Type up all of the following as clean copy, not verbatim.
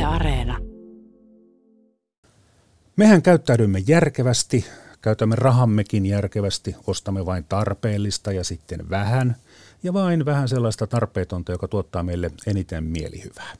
Areena. Mehän käyttäydymme järkevästi, käytämme rahammekin järkevästi, ostamme vain tarpeellista ja sitten vähän, ja vain vähän sellaista tarpeetonta, joka tuottaa meille eniten mielihyvää.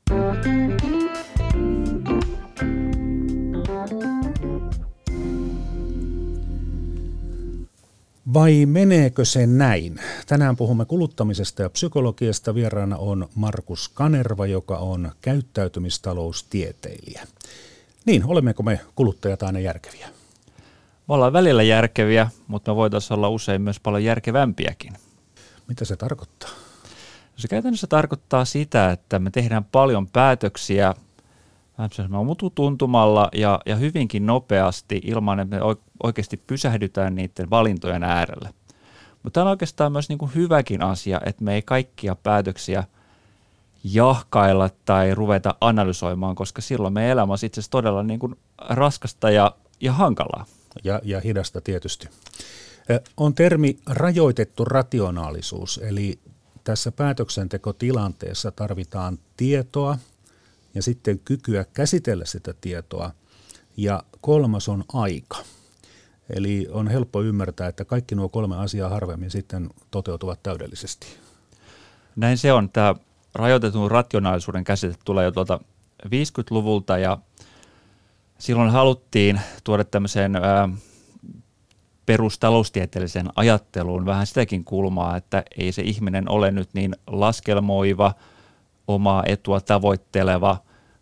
Vai meneekö se näin? Tänään puhumme kuluttamisesta ja psykologiasta. Vieraana on Markus Kanerva, joka on käyttäytymistaloustieteilijä. Niin, olemmeko me kuluttajat aina järkeviä? Me ollaan välillä järkeviä, mutta me voitaisiin olla usein myös paljon järkevämpiäkin. Mitä se tarkoittaa? Se käytännössä tarkoittaa sitä, että me tehdään paljon päätöksiä mututuntumalla ja hyvinkin nopeasti ilman, että me oikeasti pysähdytään niiden valintojen äärelle. Mutta tämä on oikeastaan myös niin kuin hyväkin asia, että me ei kaikkia päätöksiä jahkailla tai ruveta analysoimaan, koska silloin meidän elämä on itse asiassa todella niin kuin raskasta ja hankalaa. Ja hidasta tietysti. On termi rajoitettu rationaalisuus, eli tässä päätöksentekotilanteessa tarvitaan tietoa ja sitten kykyä käsitellä sitä tietoa, ja kolmas on aika. Eli on helppo ymmärtää, että kaikki nuo kolme asiaa harvemmin sitten toteutuvat täydellisesti. Näin se on. Tämä rajoitetun rationaalisuuden käsite tulee jo tuolta 50-luvulta, ja silloin haluttiin tuoda tämmöiseen perustaloustieteelliseen ajatteluun vähän sitäkin kulmaa, että ei se ihminen ole nyt niin laskelmoiva, omaa etua tavoitteleva,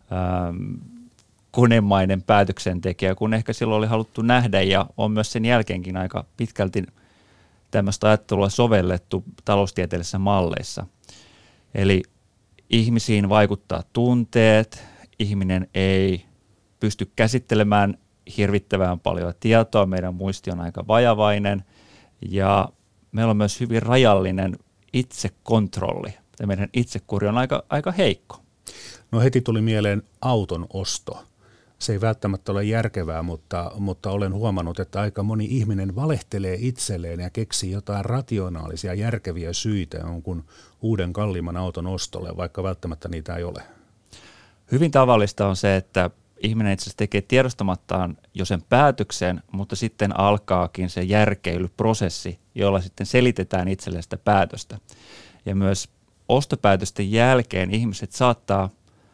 konemainen päätöksentekijä, kun ehkä silloin oli haluttu nähdä, ja on myös sen jälkeenkin aika pitkälti tämmöistä ajattelua sovellettu taloustieteellisissä malleissa. Eli ihmisiin vaikuttaa tunteet, ihminen ei pysty käsittelemään hirvittävän paljon tietoa, meidän muisti on aika vajavainen, ja meillä on myös hyvin rajallinen itsekontrolli, ja meidän itsekuri on aika heikko. No heti tuli mieleen auton osto. Se ei välttämättä ole järkevää, mutta olen huomannut, että aika moni ihminen valehtelee itselleen ja keksii jotain rationaalisia, järkeviä syitä jonkun uuden kalliimman auton ostolle, vaikka välttämättä niitä ei ole. Hyvin tavallista on se, että ihminen itse asiassa tekee tiedostamattaan jo sen päätöksen, mutta sitten alkaakin se järkeilyprosessi, jolla sitten selitetään itselleen sitä päätöstä. Ja myös ostopäätösten jälkeen ihmiset saattaa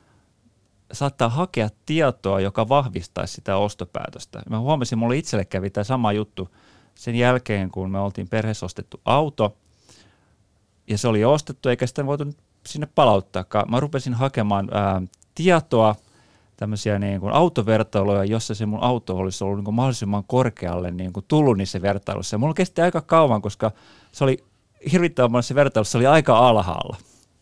hakea tietoa, joka vahvistaisi sitä ostopäätöstä. Mä huomasin, mulle itselle kävi tämä sama juttu sen jälkeen, kun me oltiin perheessä ostettu auto, ja se oli ostettu, eikä sitä voitu sinne palauttaakaan. Mä rupesin hakemaan tietoa, tämmöisiä niin kuin autovertailuja, jossa se mun auto olisi ollut niin kuin mahdollisimman korkealle niin kuin tullut niissä vertailuissa. Ja mulla kesti aika kauan, koska se oli hirvittävän monessa vertailussa, se oli aika alhaalla.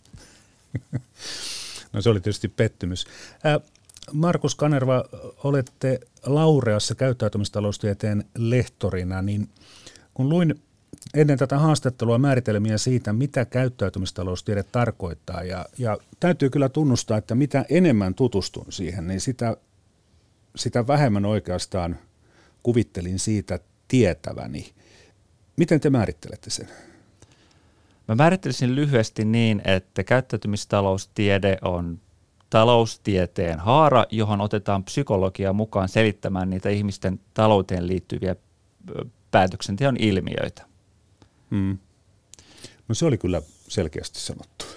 No se oli tietysti pettymys. Markus Kanerva, olette laureassa käyttäytymistaloustieteen lehtorina, niin kun luin ennen tätä haastattelua määritelmiä siitä, mitä käyttäytymistaloustiede tarkoittaa, ja täytyy kyllä tunnustaa, että mitä enemmän tutustun siihen, niin sitä vähemmän oikeastaan kuvittelin siitä tietäväni. Miten te määrittelette sen? Mä määrittelisin lyhyesti niin, että käyttäytymistaloustiede on taloustieteen haara, johon otetaan psykologia mukaan selittämään niitä ihmisten talouteen liittyviä päätöksenteon ilmiöitä. No se oli kyllä selkeästi sanottu,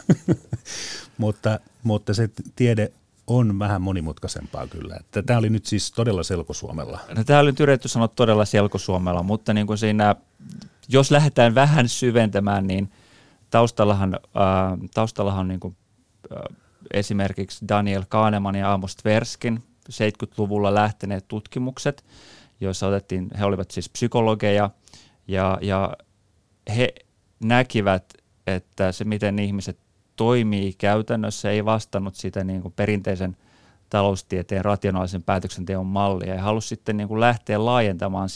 mutta se tiede on vähän monimutkaisempaa kyllä. Tämä oli nyt siis todella selkosuomella. No, tämä oli nyt yritetty sanoa todella selkosuomella, mutta niin kuin siinä, jos lähdetään vähän syventämään, niin taustallahan on niin kuin, esimerkiksi Daniel Kahneman ja Amos Tverskin 70-luvulla lähteneet tutkimukset, joissa he olivat siis psykologeja, ja he näkivät, että se miten ihmiset toimii käytännössä ei vastannut sitä niin kuin perinteisen taloustieteen rationaalisen päätöksenteon mallia, ja halusi sitten niin kuin lähteä laajentamaan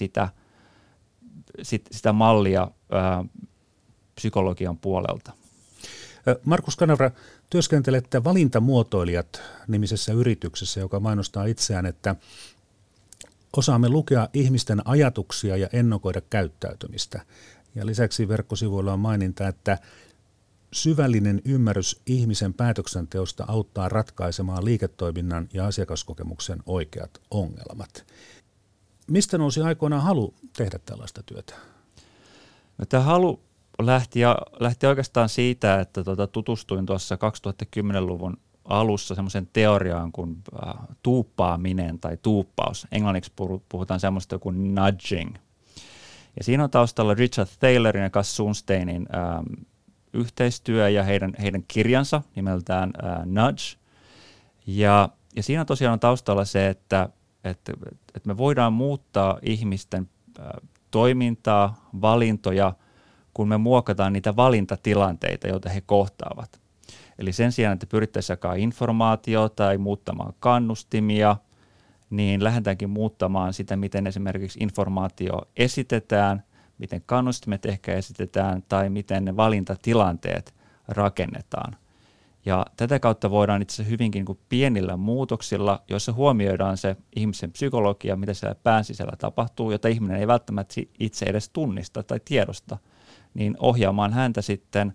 sitä mallia psykologian puolelta. Markus Kanerva, työskentelette Valintamuotoilijat -nimisessä yrityksessä, joka mainostaa itseään, että osaamme lukea ihmisten ajatuksia ja ennakoida käyttäytymistä. Ja lisäksi verkkosivuilla on maininta, että syvällinen ymmärrys ihmisen päätöksenteosta auttaa ratkaisemaan liiketoiminnan ja asiakaskokemuksen oikeat ongelmat. Mistä nousi aikoinaan halu tehdä tällaista työtä? No, tämä halu lähti oikeastaan siitä, että tutustuin tuossa 2010-luvun alussa semmoisen teoriaan kuin tuuppaaminen tai tuuppaus. Englanniksi puhutaan semmoista kuin nudging. Ja siinä on taustalla Richard Thaylerin ja Gus Sunsteinin yhteistyö ja heidän kirjansa nimeltään Nudge. Ja siinä tosiaan on taustalla se, että me voidaan muuttaa ihmisten toimintaa, valintoja, kun me muokataan niitä valintatilanteita, joita he kohtaavat. Eli sen sijaan, että pyrittäisiin jakaa informaatiota tai muuttamaan kannustimia, niin lähdetäänkin muuttamaan sitä, miten esimerkiksi informaatio esitetään, miten kannustimet ehkä esitetään tai miten ne valintatilanteet rakennetaan. Ja tätä kautta voidaan itse asiassa hyvinkin niin pienillä muutoksilla, joissa huomioidaan se ihmisen psykologia, mitä siellä pään sisällä tapahtuu, jota ihminen ei välttämättä itse edes tunnista tai tiedosta, niin ohjaamaan häntä sitten,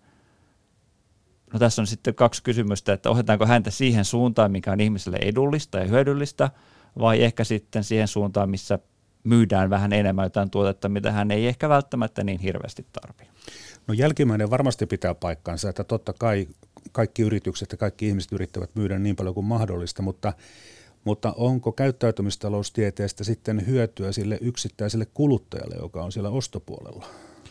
no tässä on sitten kaksi kysymystä, että ohjataanko häntä siihen suuntaan, mikä on ihmiselle edullista ja hyödyllistä, vai ehkä sitten siihen suuntaan, missä myydään vähän enemmän jotain tuotetta, mitä hän ei ehkä välttämättä niin hirveästi tarvitse. No jälkimmäinen varmasti pitää paikkansa, että totta kai kaikki yritykset ja kaikki ihmiset yrittävät myydä niin paljon kuin mahdollista, mutta onko käyttäytymistaloustieteestä sitten hyötyä sille yksittäiselle kuluttajalle, joka on siellä ostopuolella?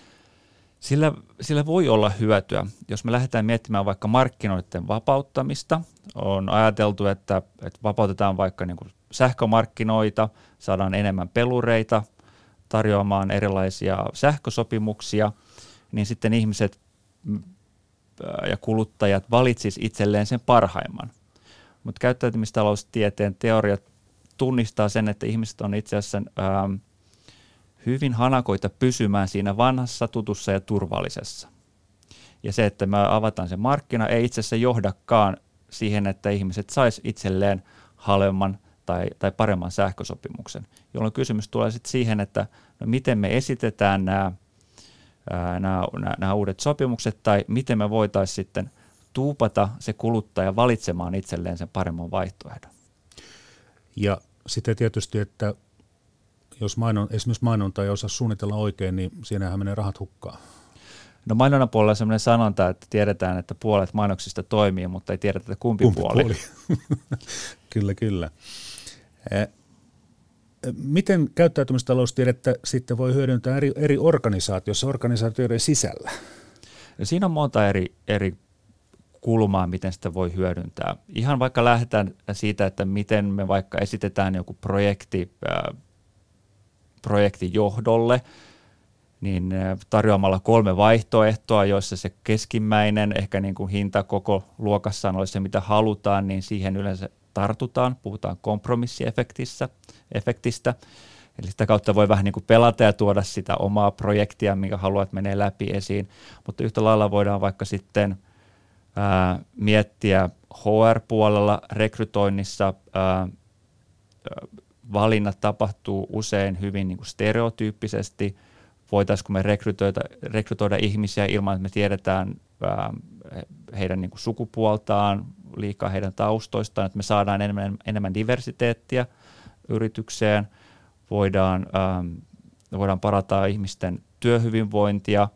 Sillä voi olla hyötyä. Jos me lähdetään miettimään vaikka markkinoiden vapauttamista, on ajateltu, että vapautetaan vaikka niin kuin sähkömarkkinoita, saadaan enemmän pelureita tarjoamaan erilaisia sähkösopimuksia, niin sitten ihmiset ja kuluttajat valitsis itselleen sen parhaimman. Mutta käyttäytymistaloustieteen teoriat tunnistaa sen, että ihmiset on itse asiassa hyvin hanakoita pysymään siinä vanhassa, tutussa ja turvallisessa. Ja se, että me avataan se markkina, ei itse asiassa johdakaan siihen, että ihmiset sais itselleen halvemman tai paremman sähkösopimuksen, jolloin kysymys tulee sitten siihen, että no miten me esitetään nämä uudet sopimukset tai miten me voitaisiin sitten tuupata se kuluttaja valitsemaan itselleen sen paremman vaihtoehdon. Ja sitten tietysti, että jos esimerkiksi mainonta ei osaa suunnitella oikein, niin siinähän menee rahat hukkaan. No mainonnan puolella on sellainen sanonta, että tiedetään, että puolet mainoksista toimii, mutta ei tiedetä, että kumpi puoli. Kyllä. Miten käyttäytymistaloustiedettä sitten voi hyödyntää eri organisaatioiden sisällä? Siinä on monta eri kulmaa, miten sitä voi hyödyntää. Ihan vaikka lähdetään siitä, että miten me vaikka esitetään joku projektijohdolle, niin tarjoamalla 3 vaihtoehtoa, joissa se keskimmäinen ehkä niin kuin hinta koko luokassaan olisi se, mitä halutaan, niin siihen yleensä tartutaan, puhutaan kompromissiefektistä. Eli sitä kautta voi vähän niin kuin pelata ja tuoda sitä omaa projektia, minkä haluat menee läpi esiin, mutta yhtä lailla voidaan vaikka sitten miettiä HR-puolella, rekrytoinnissa, valinnat tapahtuu usein hyvin niin kuin stereotyyppisesti. Voitaisiinko me rekrytoida ihmisiä ilman, että me tiedetään heidän niin kuin sukupuoltaan, liikaa heidän taustoistaan, että me saadaan enemmän diversiteettiä yritykseen. Voidaan parantaa ihmisten työhyvinvointia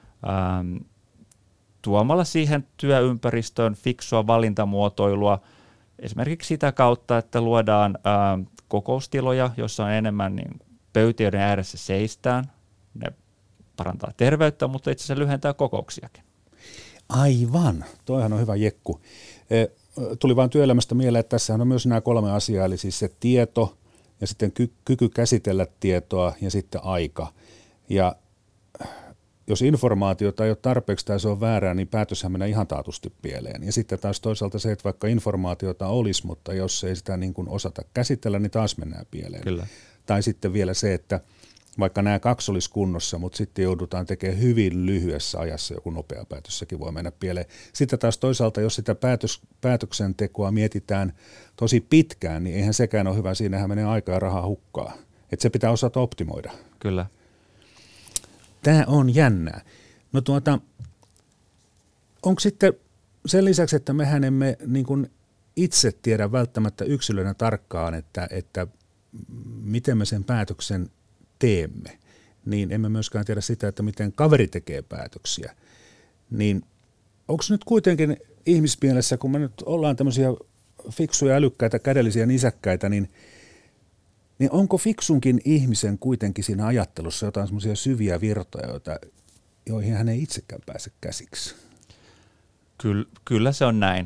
tuomalla siihen työympäristöön fiksua valintamuotoilua, esimerkiksi sitä kautta, että luodaan kokoustiloja, joissa on enemmän niin pöytiöiden ääressä seistään. Ne parantaa terveyttä, mutta itse asiassa lyhentää kokouksiakin. Aivan, toihan on hyvä jekku. Tuli vain työelämästä mieleen, että tässähän on myös nämä 3 asiaa, eli siis se tieto ja sitten kyky käsitellä tietoa ja sitten aika. Ja jos informaatiota ei ole tarpeeksi tai se on väärää, niin päätöshän menee ihan taatusti pieleen. Ja sitten taas toisaalta se, että vaikka informaatiota olisi, mutta jos ei sitä niin kuin osata käsitellä, niin taas mennään pieleen. Kyllä. Tai sitten vielä se, että vaikka nämä 2 olisi kunnossa, mutta sitten joudutaan tekemään hyvin lyhyessä ajassa, joku nopea päätössäkin voi mennä pieleen. Sitten taas toisaalta, jos sitä päätöksentekoa mietitään tosi pitkään, niin eihän sekään ole hyvä, siinähän menee aikaa ja rahaa hukkaa. Että se pitää osata optimoida. Kyllä. Tämä on jännää. No onko sitten sen lisäksi, että mehän emme niin kuin itse tiedä välttämättä yksilönä tarkkaan, että miten me sen päätöksen teemme, niin emme myöskään tiedä sitä, että miten kaveri tekee päätöksiä. Niin onko nyt kuitenkin ihmismielessä, kun me nyt ollaan tämmöisiä fiksuja, älykkäitä, kädellisiä nisäkkäitä, niin onko fiksunkin ihmisen kuitenkin siinä ajattelussa jotain semmoisia syviä virtoja, joihin hän ei itsekään pääse käsiksi? Kyllä se on näin.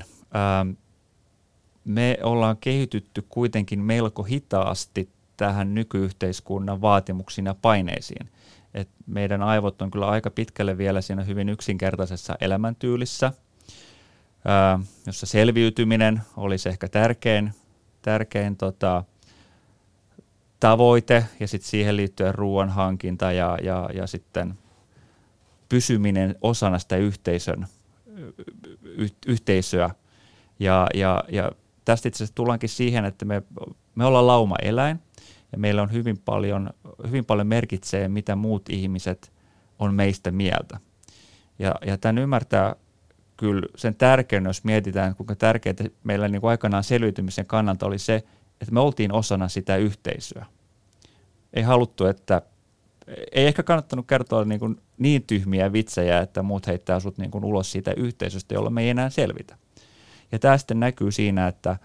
Me ollaan kehitytty kuitenkin melko hitaasti tähän nykyyhteiskunnan vaatimuksiin ja paineisiin. Et meidän aivot on kyllä aika pitkälle vielä siinä hyvin yksinkertaisessa elämäntyylissä, jossa selviytyminen olisi ehkä tärkein tavoite ja sitten siihen liittyen ruoan hankinta ja sitten pysyminen osana sitä yhteisöä. Ja tästä itse asiassa tullaankin siihen, että me ollaan laumaeläin ja meillä on hyvin paljon merkitsee, mitä muut ihmiset on meistä mieltä. Ja tämän ymmärtää kyllä sen tärkeän, jos mietitään, kuinka tärkeää meillä niin kuin aikanaan selviytymisen kannalta oli se, että me oltiin osana sitä yhteisöä. Ei haluttu, ei ehkä kannattanut kertoa niin tyhmiä vitsejä, että muut heittää sut niin kuin ulos siitä yhteisöstä, jolla me ei enää selvitä. Ja tämä sitten näkyy siinä, että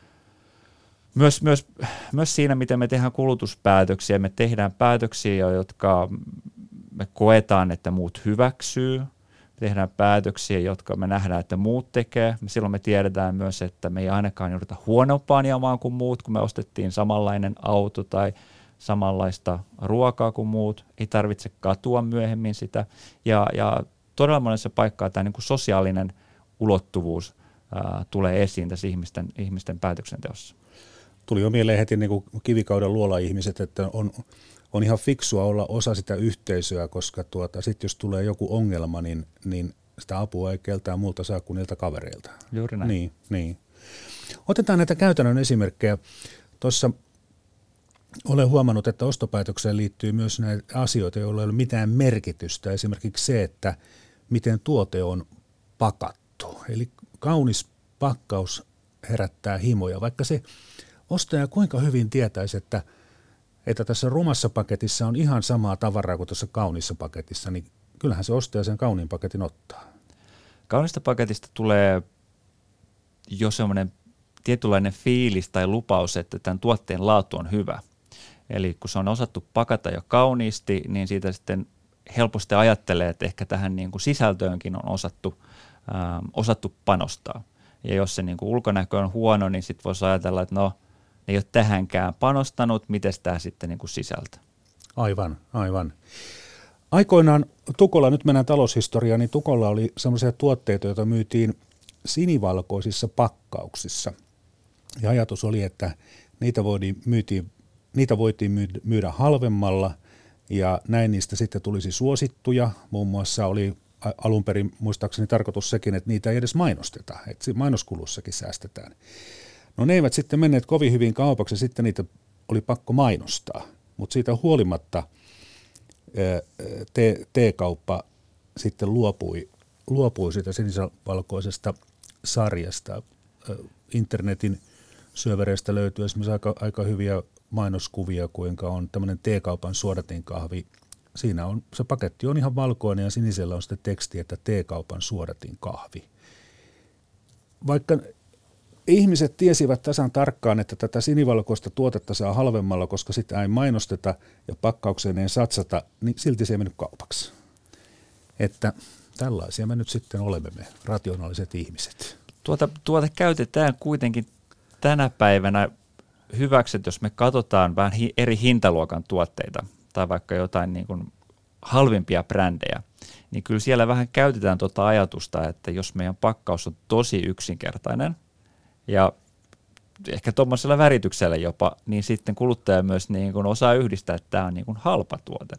myös siinä, miten me tehdään kulutuspäätöksiä, me tehdään päätöksiä, jotka me koetaan, että muut hyväksyy. Me tehdään päätöksiä, jotka me nähdään, että muut tekee. Silloin me tiedetään myös, että me ei ainakaan jouduta huonompaan jamaan kuin muut, kun me ostettiin samanlainen auto tai samanlaista ruokaa kuin muut. Ei tarvitse katua myöhemmin sitä. Ja todella monessa paikkaa tämä niin kuin sosiaalinen ulottuvuus tulee esiin tässä ihmisten päätöksenteossa. Tuli jo mieleen heti niin kuin kivikauden luola-ihmiset, että on ihan fiksua olla osa sitä yhteisöä, koska sitten jos tulee joku ongelma, niin sitä apua ei keltään muulta saa kuin niiltä kavereilta. Juuri näin. Niin. Otetaan näitä käytännön esimerkkejä. Tuossa olen huomannut, että ostopäätökseen liittyy myös näitä asioita, joilla ei ole mitään merkitystä. Esimerkiksi se, että miten tuote on pakattu. Eli kaunis pakkaus herättää himoja, vaikka se ostaja kuinka hyvin tietäisi, että tässä rumassa paketissa on ihan samaa tavaraa kuin tuossa kauniissa paketissa, niin kyllähän se ostaja sen kauniin paketin ottaa. Kaunista paketista tulee jo semmoinen tietynlainen fiilis tai lupaus, että tämän tuotteen laatu on hyvä. Eli kun se on osattu pakata jo kauniisti, niin siitä sitten helposti ajattelee, että ehkä tähän niin kuin sisältöönkin on osattu panostaa. Ja jos se niin kuin ulkonäkö on huono, niin sitten voisi ajatella, että no, ei ole tähänkään panostanut, miten tämä sitten niin kuin sisältö. Aivan. Aikoinaan Tukolla, nyt mennään taloushistoriaan, niin Tukolla oli sellaisia tuotteita, joita myytiin sinivalkoisissa pakkauksissa. Ja ajatus oli, että niitä voitiin myydä halvemmalla ja näin niistä sitten tulisi suosittuja. Muun muassa oli alun perin muistaakseni tarkoitus sekin, että niitä ei edes mainosteta, että mainoskuluissakin säästetään. No ne eivät sitten menneet kovin hyvin kaupaksi ja sitten niitä oli pakko mainostaa, mutta siitä huolimatta T-kauppa sitten luopui siitä sinivalkoisesta sarjasta. Internetin syövereistä löytyy esimerkiksi aika hyviä mainoskuvia, kuinka on tämmöinen T-kaupan suodatinkahvi. Siinä on, se paketti on ihan valkoinen ja sinisellä on sitten teksti, että T-kaupan suodatinkahvi. Vaikka ihmiset tiesivät tasan tarkkaan, että tätä sinivalkoista tuotetta saa halvemmalla, koska sitä ei mainosteta ja pakkaukseen ei satsata, niin silti se ei mennyt kaupaksi. Että tällaisia me nyt sitten olemme me rationaaliset ihmiset. Tuota käytetään kuitenkin tänä päivänä hyväksi, että jos me katsotaan vähän eri hintaluokan tuotteita tai vaikka jotain niin kuin halvimpia brändejä, niin kyllä siellä vähän käytetään tuota ajatusta, että jos meidän pakkaus on tosi yksinkertainen ja ehkä tuommoisella värityksellä jopa, niin sitten kuluttaja myös niin kuin osaa yhdistää, että tämä on niin kuin halpa tuote.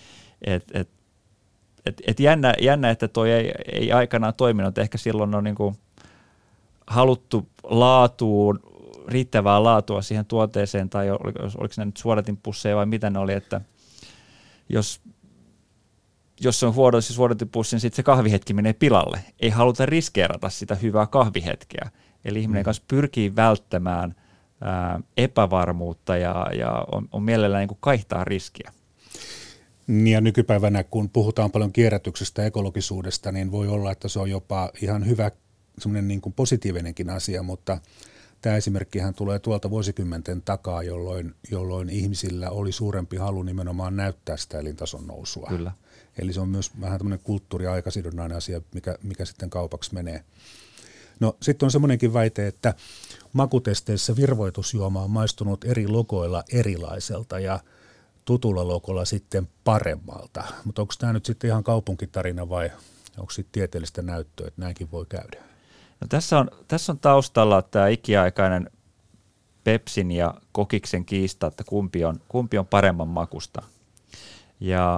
Jännä, että toi ei aikanaan toiminut. Ehkä silloin on niin kuin haluttu riittävää laatua siihen tuotteeseen, tai oliko ne nyt suodatinpusseja vai mitä ne oli, että jos jos se on huono siis suodatepussi, niin sitten se kahvihetki menee pilalle. Ei haluta riskeerata sitä hyvää kahvihetkeä. Eli ihminen kanssa pyrkii välttämään epävarmuutta ja on mielellään niin kuin kaihtaa riskiä. Ja nykypäivänä, kun puhutaan paljon kierrätyksestä ja ekologisuudesta, niin voi olla, että se on jopa ihan hyvä semmoinen niin kuin positiivinenkin asia, mutta tämä esimerkkihän tulee tuolta vuosikymmenten takaa, jolloin ihmisillä oli suurempi halu nimenomaan näyttää sitä elintason nousua. Kyllä. Eli se on myös vähän tämmöinen kulttuuri- ja aikasidonnainen asia, mikä sitten kaupaksi menee. No sitten on semmoinenkin väite, että makutesteissä virvoitusjuoma on maistunut eri logoilla erilaiselta ja tutulla logolla sitten paremmalta. Mutta onko tämä nyt sitten ihan kaupunkitarina vai onko sitten tieteellistä näyttöä, että näinkin voi käydä? No tässä on taustalla tämä ikiaikainen Pepsin ja Kokiksen kiista, että kumpi on paremman makusta. Ja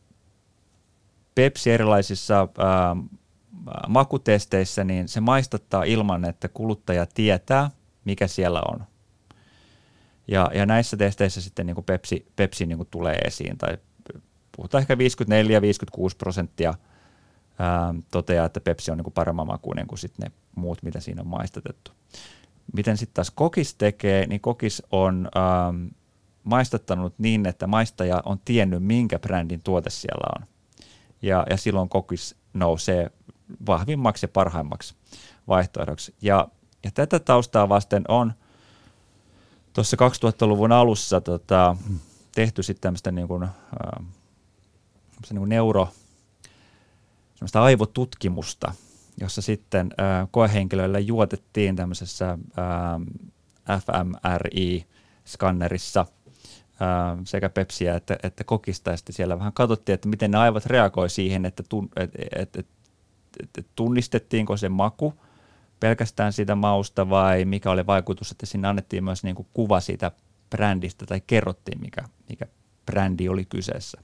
Pepsi erilaisissa makutesteissä, niin se maistattaa ilman, että kuluttaja tietää, mikä siellä on. Ja näissä testeissä sitten niin kuin Pepsi niin kuin tulee esiin, tai puhutaan ehkä 54-56% toteaa, että Pepsi on niin kuin paremman makuinen kuin sitten ne muut, mitä siinä on maistatettu. Miten sitten taas Kokis tekee, niin Kokis on maistattanut niin, että maistaja on tiennyt, minkä brändin tuote siellä on. Ja silloin Kokis nousee vahvimmaksi ja parhaimmaksi vaihtoehdoksi. Ja tätä taustaa vasten on tuossa 2000-luvun alussa tehty sitten tämmöistä niin kuin semmoista aivotutkimusta, jossa sitten koehenkilöille juotettiin tämmöisessä fMRI-skannerissa sekä Pepsiä että Kokista, ja sitten siellä vähän katsottiin, että miten ne aivot reagoi siihen, että tunnistettiinko se maku pelkästään siitä mausta vai mikä oli vaikutus, että sinne annettiin myös niin kuin kuva siitä brändistä tai kerrottiin, mikä brändi oli kyseessä.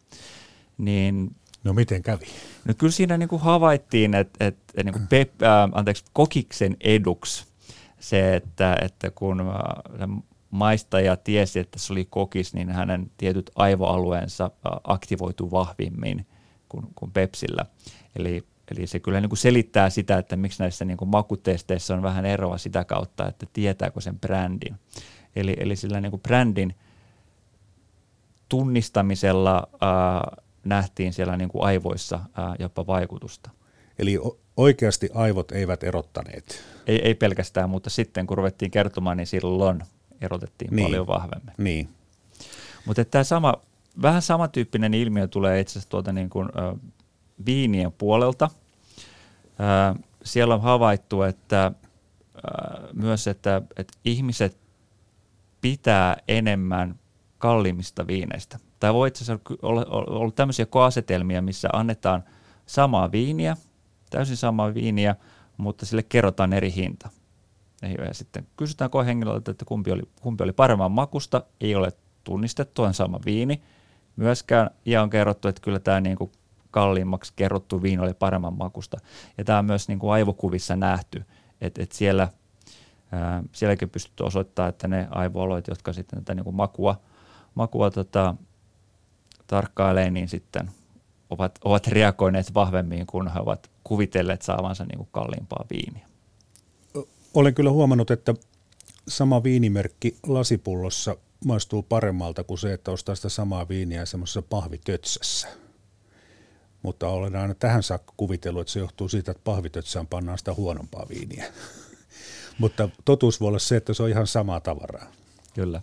No miten kävi? No kyllä siinä niin kuin havaittiin, että niin kuin Kokiksen eduksi se, että kun maistaja tiesi, että se oli Kokis, niin hänen tietyt aivoalueensa aktivoitu vahvimmin kuin Pepsillä. Eli se kyllä niin kuin selittää sitä, että miksi näissä niin kuin makutesteissä on vähän eroa sitä kautta, että tietääkö sen brändin. Eli sillä niin kuin brändin tunnistamisella nähtiin siellä niin kuin aivoissa jopa vaikutusta. Eli oikeasti aivot eivät erottaneet? Ei pelkästään, mutta sitten kun ruvettiin kertomaan, niin silloin erotettiin paljon vahvemmin. Niin. Mutta tämä vähän samantyyppinen ilmiö tulee itse asiassa tuolta niin kuin, viinien puolelta. Siellä on havaittu, että myös, että ihmiset pitää enemmän kalliimmista viineistä. Tai voi itse asiassa olla tämmöisiä koeasetelmia, missä annetaan samaa viiniä, täysin samaa viiniä, mutta sille kerrotaan eri hinta. Ja sitten kysytään koehenkilöltä, että kumpi oli paremman makusta, ei ole tunnistettu, on sama viini myöskään, ja on kerrottu, että kyllä tämä niin kuin kalliimmaksi kerrottu viini oli paremman makusta. Ja tämä on myös niin kuin aivokuvissa nähty, että sielläkin pystytty osoittamaan, että ne aivoalueet, jotka sitten tätä niin kuin makua tarkkailee, niin sitten ovat reagoineet vahvemmin, kun he ovat kuvitelleet saavansa niin kuin kalliimpaa viiniä. Olen kyllä huomannut, että sama viinimerkki lasipullossa maistuu paremmalta kuin se, että ostaa sitä samaa viiniä semmoisessa pahvitötsässä. Mutta olen aina tähän saakka kuvitellut, että se johtuu siitä, että pahvitötsään pannaan sitä huonompaa viiniä. Mutta totuus voi olla se, että se on ihan samaa tavaraa. Kyllä.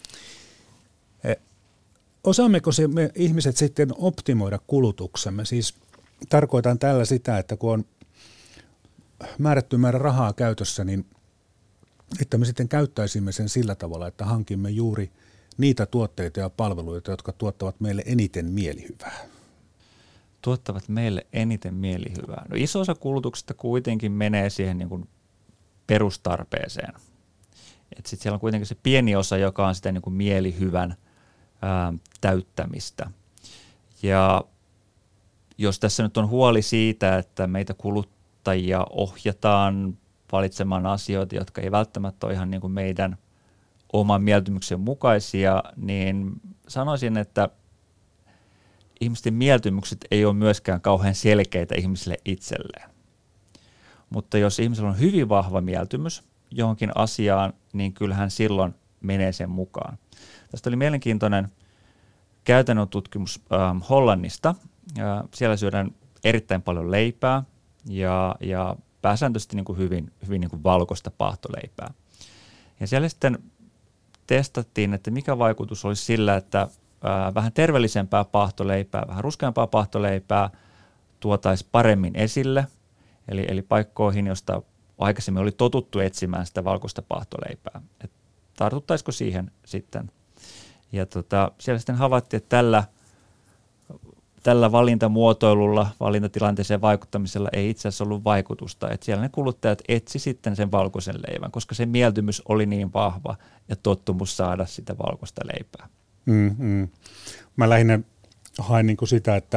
Osaammeko me ihmiset sitten optimoida kulutuksemme? Siis tarkoitan tällä sitä, että kun on määrätty määrä rahaa käytössä, niin että me sitten käyttäisimme sen sillä tavalla, että hankimme juuri niitä tuotteita ja palveluita, jotka tuottavat meille eniten mielihyvää. Tuottavat meille eniten mielihyvää. No iso osa kulutuksesta kuitenkin menee siihen niin kuin perustarpeeseen. Sitten siellä on kuitenkin se pieni osa, joka on sitä niin kuin mielihyvän täyttämistä. Ja jos tässä nyt on huoli siitä, että meitä kuluttajia ohjataan valitsemaan asioita, jotka ei välttämättä ole ihan niin kuin meidän oman mieltymyksen mukaisia, niin sanoisin, että ihmisten mieltymykset ei ole myöskään kauhean selkeitä ihmisille itselleen. Mutta jos ihmisellä on hyvin vahva mieltymys johonkin asiaan, niin kyllähän silloin menee sen mukaan. Tästä oli mielenkiintoinen käytännön tutkimus Hollannista. Siellä syödään erittäin paljon leipää ja pääsääntöisesti niin kuin hyvin niin kuin valkoista paahtoleipää. Ja siellä sitten testattiin, että mikä vaikutus olisi sillä, että vähän terveellisempää paahtoleipää, vähän ruskeampaa paahtoleipää tuotaisiin paremmin esille, eli paikkoihin, josta aikaisemmin oli totuttu etsimään sitä valkoista paahtoleipää. Et tartuttaisiko siihen sitten? Ja siellä sitten havaittiin, että tällä valintamuotoilulla, valintatilanteeseen vaikuttamisella ei itse asiassa ollut vaikutusta. Että siellä ne kuluttajat etsi sitten sen valkoisen leivän, koska se mieltymys oli niin vahva ja tottumus saada sitä valkoista leipää. Mä lähinnä hain niin kuin sitä, että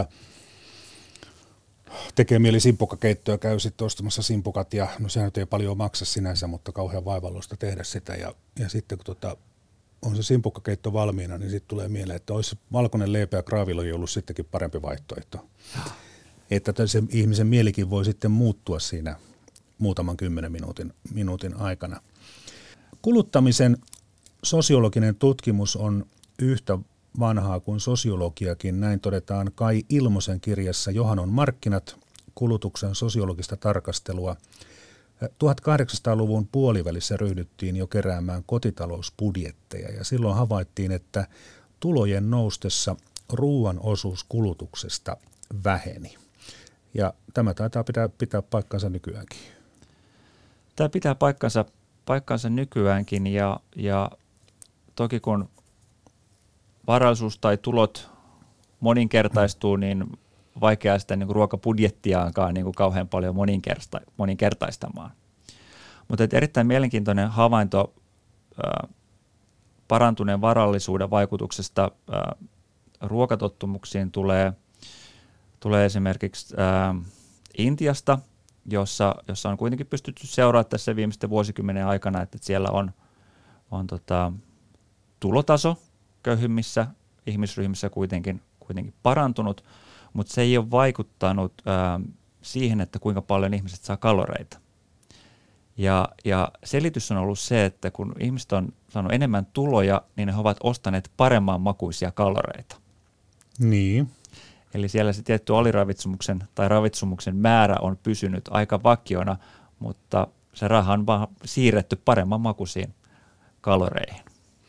tekee mieli simpukkakeittoa, käy sitten ostamassa simpukat ja no sehän ei paljon maksa sinänsä, mutta kauhean vaivalloista tehdä sitä ja sitten kun on se simpukkakeitto valmiina, niin sitten tulee mieleen, että olisi valkoinen leipä ja kraavilohi ollut sittenkin parempi vaihtoehto. Että se ihmisen mielikin voi sitten muuttua siinä muutaman 10 minuutin aikana. Kuluttamisen sosiologinen tutkimus on yhtä vanhaa kuin sosiologiakin. Näin todetaan Kai Ilmosen kirjassa Johannon markkinat, kulutuksen sosiologista tarkastelua. 1800-luvun puolivälissä ryhdyttiin jo keräämään kotitalousbudjetteja ja silloin havaittiin, että tulojen noustessa ruoan osuus kulutuksesta väheni. Ja tämä taitaa pitää paikkansa nykyäänkin. Tämä pitää paikkansa nykyäänkin ja toki kun varallisuus tai tulot moninkertaistuu, niin vaikea sitä niin kuin ruokabudjettiaankaan niin kuin kauhean paljon moninkertaistamaan. Mutta erittäin mielenkiintoinen havainto parantuneen varallisuuden vaikutuksesta ruokatottumuksiin tulee esimerkiksi Intiasta, jossa on kuitenkin pystytty seuraamaan tässä viimeisten vuosikymmenen aikana, että siellä on tulotaso köyhimmissä ihmisryhmissä kuitenkin parantunut, mutta se ei ole vaikuttanut siihen, että kuinka paljon ihmiset saa kaloreita. Ja selitys on ollut se, että kun ihmiset on saanut enemmän tuloja, niin he ovat ostaneet paremman makuisia kaloreita. Niin. Eli siellä se tietty aliravitsumuksen tai ravitsumuksen määrä on pysynyt aika vakiona, mutta se raha on vaan siirretty paremman makuisiin kaloreihin.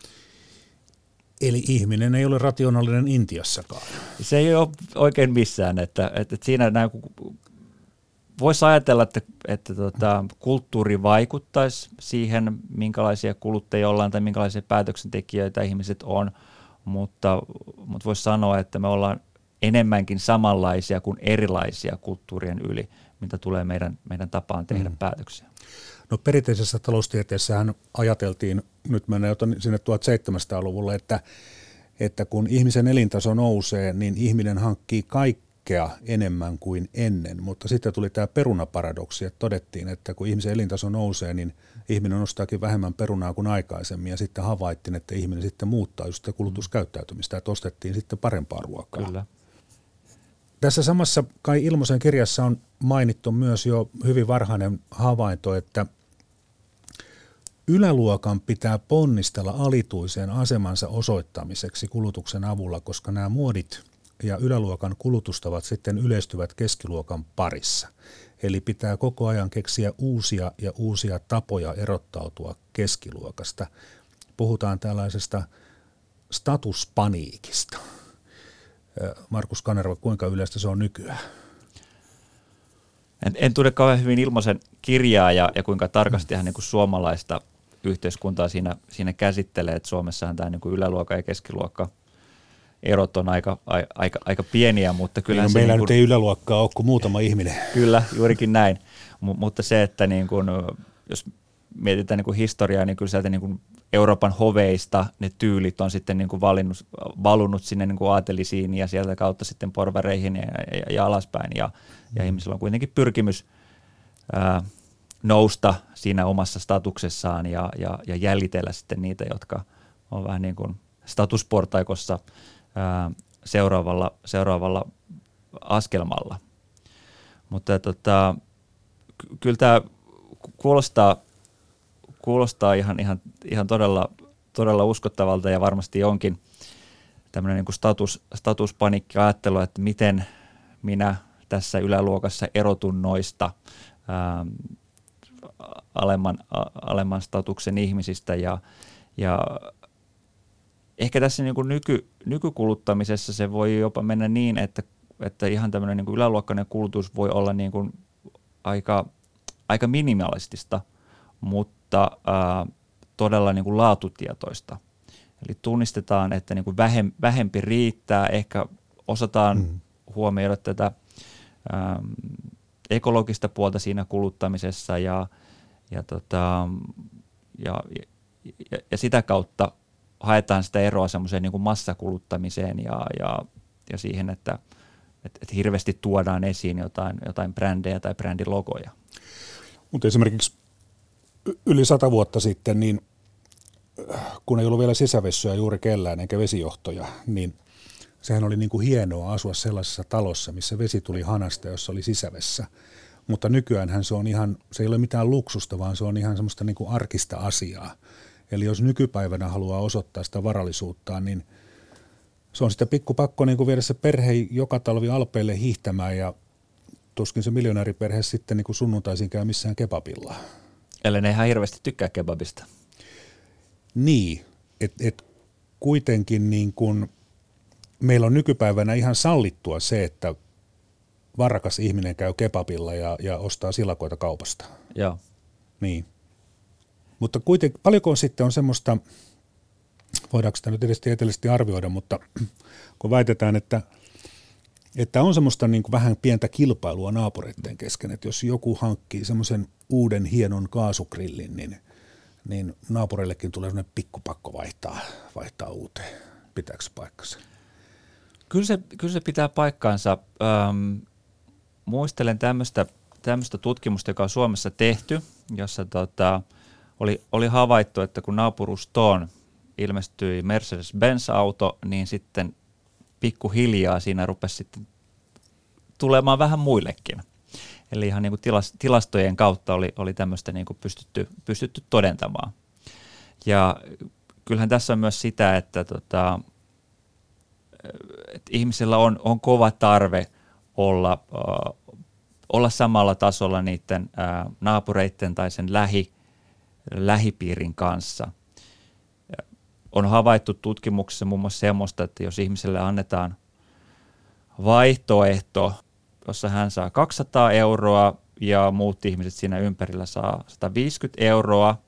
Eli ihminen ei ole rationaalinen Intiassakaan. Se ei ole oikein missään, että siinä voisi ajatella, että kulttuuri vaikuttaisi siihen, minkälaisia kuluttajia ollaan tai minkälaisia päätöksentekijöitä ihmiset on, mutta voisi sanoa, että me ollaan enemmänkin samanlaisia kuin erilaisia kulttuurien yli, mitä tulee meidän tapaan tehdä päätöksiä. No perinteisessä taloustieteessähän ajateltiin, nyt mennään jo sinne 1700-luvulle, että kun ihmisen elintaso nousee, niin ihminen hankkii kaikkea enemmän kuin ennen, mutta sitten tuli tämä perunaparadoksi, että todettiin, että kun ihmisen elintaso nousee, niin ihminen ostaakin vähemmän perunaa kuin aikaisemmin ja sitten havaittiin, että ihminen sitten muuttaa just sitä kulutuskäyttäytymistä, että ostettiin sitten parempaa ruokaa. Kyllä. Tässä samassa Kai Ilmosen kirjassa on mainittu myös jo hyvin varhainen havainto, että yläluokan pitää ponnistella alituiseen asemansa osoittamiseksi kulutuksen avulla, koska nämä muodit ja yläluokan kulutustavat sitten yleistyvät keskiluokan parissa. Eli pitää koko ajan keksiä uusia tapoja erottautua keskiluokasta. Puhutaan tällaisesta statuspaniikista. Markus Kanerva, kuinka yleistä se on nykyään? En tunne kauhean hyvin Ilmosen kirjaa ja kuinka tarkasti hän niin kuin suomalaista yhteiskuntaa siinä käsittelee, että Suomessahan tämä niin kuin yläluokka ja keskiluokka erot on aika pieniä, mutta kyllä niin, meillä nyt ei yläluokkaa ole kuin muutama ihminen. Kyllä, juurikin näin, mutta se, että niin kuin, jos mietitään niin kuin historiaa, niin kyllä sieltä niin kuin Euroopan hoveista ne tyylit on sitten niin kuin valunut sinne niin kuin aatelisiin ja sieltä kautta sitten porvareihin ja alaspäin ja ihmisillä on kuitenkin pyrkimys nousta siinä omassa statuksessaan ja jäljitellä sitten niitä, jotka on vähän niin kuin statusportaikossa seuraavalla askelmalla. Mutta kyllä tämä kuulostaa ihan todella uskottavalta ja varmasti onkin tämmöinen niin kuin statuspanikki-ajattelu, että miten minä tässä yläluokassa erotun noista alemman statuksen ihmisistä ja ehkä tässä niin kuin nykykuluttamisessa se voi jopa mennä niin, että ihan tämmöinen niin kuin yläluokkainen kulutus voi olla niin kuin aika minimalistista, mutta todella niin kuin laatutietoista. Eli tunnistetaan, että niin kuin vähempi riittää, ehkä osataan huomioida tätä ekologista puolta siinä kuluttamisessa ja sitä kautta haetaan sitä eroa semmoiseen niin kuin massakuluttamiseen ja siihen, että hirveästi tuodaan esiin jotain brändejä tai brändilogoja. Mutta esimerkiksi yli 100 vuotta sitten, niin kun ei ollut vielä sisävessoja juuri kellään eikä vesijohtoja, niin sehän oli niin kuin hienoa asua sellaisessa talossa, missä vesi tuli hanasta, jossa oli sisävessä. Mutta nykyäänhän se ei ole mitään luksusta, vaan se on ihan semmoista niin kuin arkista asiaa. Eli jos nykypäivänä haluaa osoittaa sitä varallisuuttaan, niin se on sitten pikkupakko niin kuin viedä se perhe joka talvi Alpeille hiihtämään ja tuskin se miljonääriperhe sitten niin kuin sunnuntaisin käy missään kebabilla. Eli ne ihan hirveästi tykkää kebabista. Niin, että kuitenkin niin kuin meillä on nykypäivänä ihan sallittua se, että varakas ihminen käy kebabilla ja ostaa silakoita kaupasta. Joo. Niin. Mutta kuitenkin, paljonko sitten on semmoista, voidaanko sitä nyt edes tieteellisesti arvioida, mutta kun väitetään, että on semmoista niin kuin vähän pientä kilpailua naapureiden kesken, että jos joku hankkii semmoisen uuden hienon kaasugrillin, niin naapureillekin tulee semmoinen pikkupakko vaihtaa uuteen. Pitääkö se paikkansa? Kyllä se pitää paikkaansa. Muistelen tämmöistä tutkimusta, joka on Suomessa tehty, jossa oli havaittu, että kun naapurustoon ilmestyi Mercedes-Benz-auto, niin sitten pikkuhiljaa siinä rupesi sitten tulemaan vähän muillekin. Eli ihan niin kuin tilastojen kautta oli tämmöistä niin kuin pystytty todentamaan. Ja kyllähän tässä on myös sitä, että ihmisellä on kova tarve olla samalla tasolla niiden naapureiden tai sen lähipiirin kanssa. On havaittu tutkimuksessa muun muassa semmoista, että jos ihmiselle annetaan vaihtoehto, jossa hän saa 200 euroa ja muut ihmiset siinä ympärillä saa 150 euroa,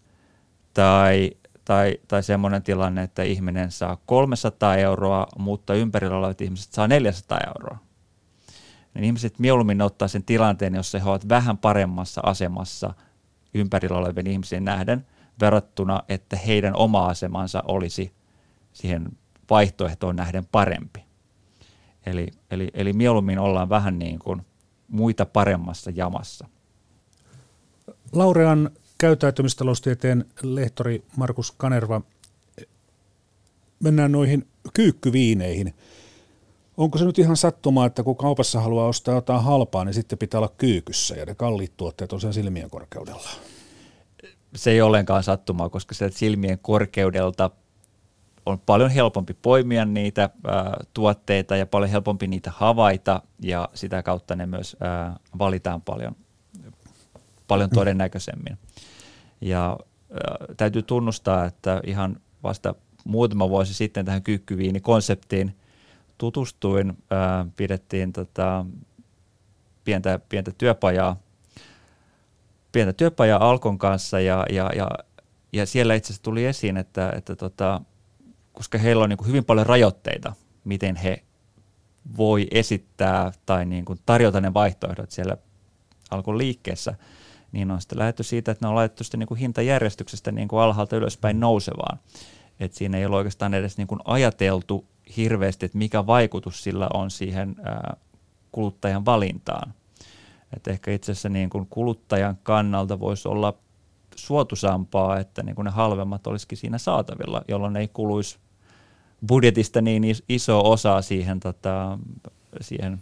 tai semmoinen tilanne, että ihminen saa 300 euroa, mutta ympärillä olevat ihmiset saa 400 euroa. Niin ihmiset mieluummin ottaa sen tilanteen, jossa he ovat vähän paremmassa asemassa ympärillä olevien ihmisiin nähden, verrattuna, että heidän oma asemansa olisi siihen vaihtoehtoon nähden parempi. Eli mieluummin ollaan vähän niin kuin muita paremmassa jamassa. Laurean käyttäytymistaloustieteen lehtori Markus Kanerva, mennään noihin kyykkyviineihin. Onko se nyt ihan sattumaa, että kun kaupassa haluaa ostaa jotain halpaa, niin sitten pitää olla kyykyssä ja ne kalliit tuotteet on sen silmien korkeudella? Se ei ollenkaan sattumaa, koska sieltä silmien korkeudelta on paljon helpompi poimia niitä tuotteita ja paljon helpompi niitä havaita ja sitä kautta ne myös valitaan paljon todennäköisemmin. Ja täytyy tunnustaa, että ihan vasta muutama vuosi sitten tähän kyykkyviinikonseptiin tutustuin, pidettiin pientä työpajaa Alkon kanssa ja siellä itse asiassa tuli esiin, että koska heillä on niin kuin hyvin paljon rajoitteita, miten he voi esittää tai niin kuin tarjota ne vaihtoehdot siellä Alkon liikkeessä, niin on sitten lähdetty siitä, että ne on laitettu sitten niin kuin hintajärjestyksestä niin kuin alhaalta ylöspäin nousevaan. Et siinä ei ole oikeastaan edes niin kuin ajateltu hirveästi, että mikä vaikutus sillä on siihen kuluttajan valintaan. Et ehkä itse asiassa niin kuin kuluttajan kannalta voisi olla suotuisampaa, että niin kuin ne halvemmat olisikin siinä saatavilla, jolloin ei kuluisi budjetista niin iso osa siihen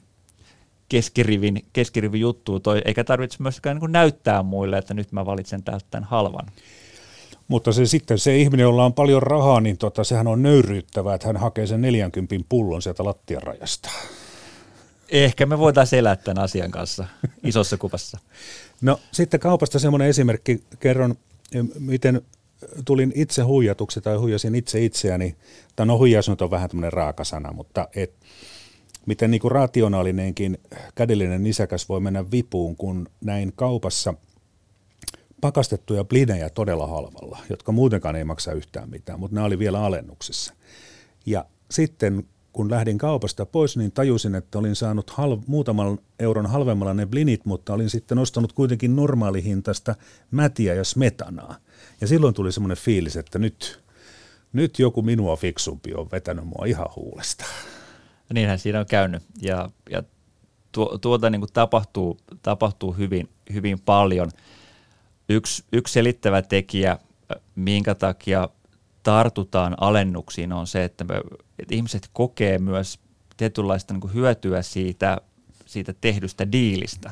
keskirivin juttuun, eikä tarvitse myöskään niin näyttää muille, että nyt mä valitsen täältä tämän halvan. Mutta se ihminen, jolla on paljon rahaa, niin sehän on nöyryyttävää, että hän hakee sen 40 pullon sieltä lattiarajasta. Ehkä me voitaisiin elää tämän asian kanssa isossa kuvassa. No sitten kaupasta semmoinen esimerkki, kerron miten tulin itse huijatuksi tai huijasin itse itseäni. Huijaus on vähän tämmöinen raaka sana, mutta miten niin kuin rationaalinenkin kädellinen nisäkäs voi mennä vipuun, kun näin kaupassa pakastettuja blinejä todella halvalla, jotka muutenkaan ei maksa yhtään mitään, mutta nämä oli vielä alennuksessa. Ja sitten kun lähdin kaupasta pois, niin tajusin, että olin saanut muutaman euron halvemmalla ne blinit, mutta olin sitten ostanut kuitenkin normaalihintaista mätiä ja smetanaa. Ja silloin tuli semmoinen fiilis, että nyt joku minua fiksumpi on vetänyt mua ihan huulesta. Niinhän siinä on käynyt. Ja tuota niin kuin tapahtuu hyvin, hyvin paljon. Yksi selittävä tekijä, minkä takia tartutaan alennuksiin, on se, että ihmiset kokee myös tietynlaista niin kuin hyötyä siitä tehdystä diilistä.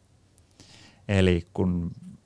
Eli kun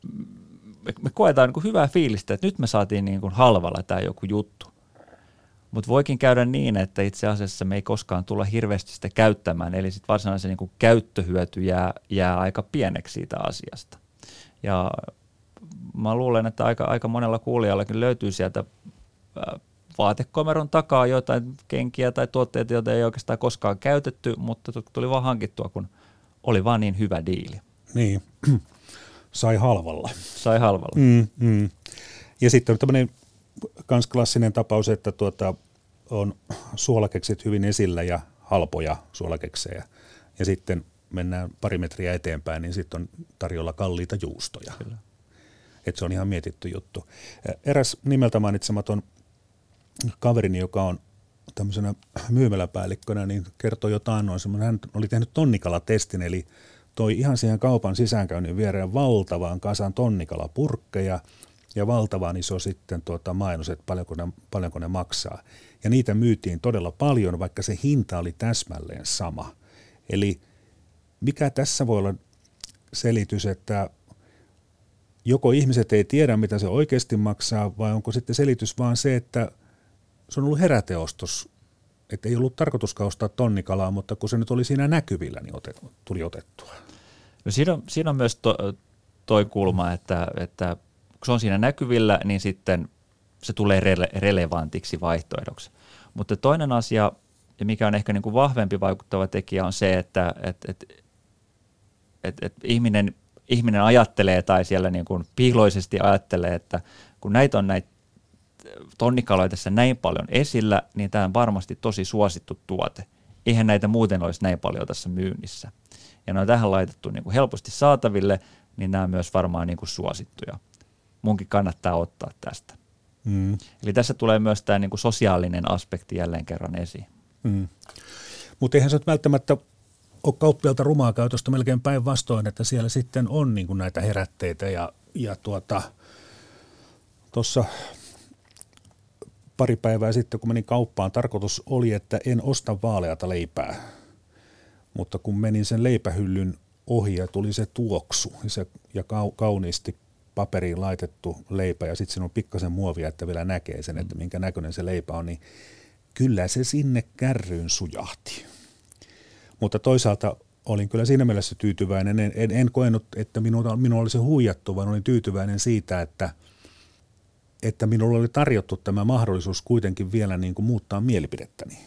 me koetaan niin kuin hyvää fiilistä, että nyt me saatiin niin kuin halvalla tämä joku juttu. Mutta voikin käydä niin, että itse asiassa me ei koskaan tulla hirveästi sitä käyttämään, eli sitten varsinaisen niin kuin käyttöhyöty jää aika pieneksi siitä asiasta. Ja mä luulen, että aika monella kuulijallakin löytyy sieltä vaatekomeron takaa jotain kenkiä tai tuotteita, joita ei oikeastaan koskaan käytetty, mutta tuli vaan hankittua, kun oli vaan niin hyvä diili. Niin, sai halvalla. Sai halvalla. Ja sitten on tämmöinen kans klassinen tapaus, että on suolakeksit hyvin esillä ja halpoja suolakeksejä. Ja sitten mennään pari metriä eteenpäin, niin sitten on tarjolla kalliita juustoja. Kyllä. Että se on ihan mietitty juttu. Eräs nimeltä mainitsematon kaverini, joka on tämmöisenä myymäläpäällikkönä, niin kertoi jotain noin semmoinen, hän oli tehnyt tonnikalatestin, eli toi ihan siihen kaupan sisäänkäynnin viereen valtavan kasan tonnikalapurkkeja ja valtavan iso sitten mainos, että paljonko ne maksaa. Ja niitä myytiin todella paljon, vaikka se hinta oli täsmälleen sama. Eli mikä tässä voi olla selitys, että joko ihmiset ei tiedä, mitä se oikeasti maksaa, vai onko sitten selitys vaan se, että se on ollut heräteostos, että ei ollut tarkoituskaan ostaa tonnikalaa, mutta kun se nyt oli siinä näkyvillä, niin tuli otettua. No siinä on myös toi kulma, että kun se on siinä näkyvillä, niin sitten se tulee relevantiksi vaihtoehdoksi. Mutta toinen asia, ja mikä on ehkä niin kuin vahvempi vaikuttava tekijä, on se, että ihminen ajattelee tai siellä niin kuin piiloisesti ajattelee, että kun näitä on näitä tonnikaloja tässä näin paljon esillä, niin tämä on varmasti tosi suosittu tuote. Eihän näitä muuten olisi näin paljon tässä myynnissä. Ja ne on tähän laitettu niin kuin helposti saataville, niin nämä on myös varmaan niin kuin suosittuja. Munkin kannattaa ottaa tästä. Eli tässä tulee myös tämä niin kuin sosiaalinen aspekti jälleen kerran esiin. Mutta eihän se nyt välttämättä ole kauppialta rumaa käytöstä, melkein päinvastoin, että siellä sitten on niin kuin näitä herätteitä ja tuossa pari päivää sitten, kun menin kauppaan, tarkoitus oli, että en osta vaaleata leipää, mutta kun menin sen leipähyllyn ohi ja tuli se tuoksu ja kauniisti paperiin laitettu leipä ja sitten siinä on pikkasen muovia, että vielä näkee sen, että minkä näköinen se leipä on, niin kyllä se sinne kärryyn sujahti. Mutta toisaalta olin kyllä siinä mielessä tyytyväinen. En koenut, että minua olisi huijattu, vaan olin tyytyväinen siitä, että minulle oli tarjottu tämä mahdollisuus kuitenkin vielä niin kuin muuttaa mielipidettäni.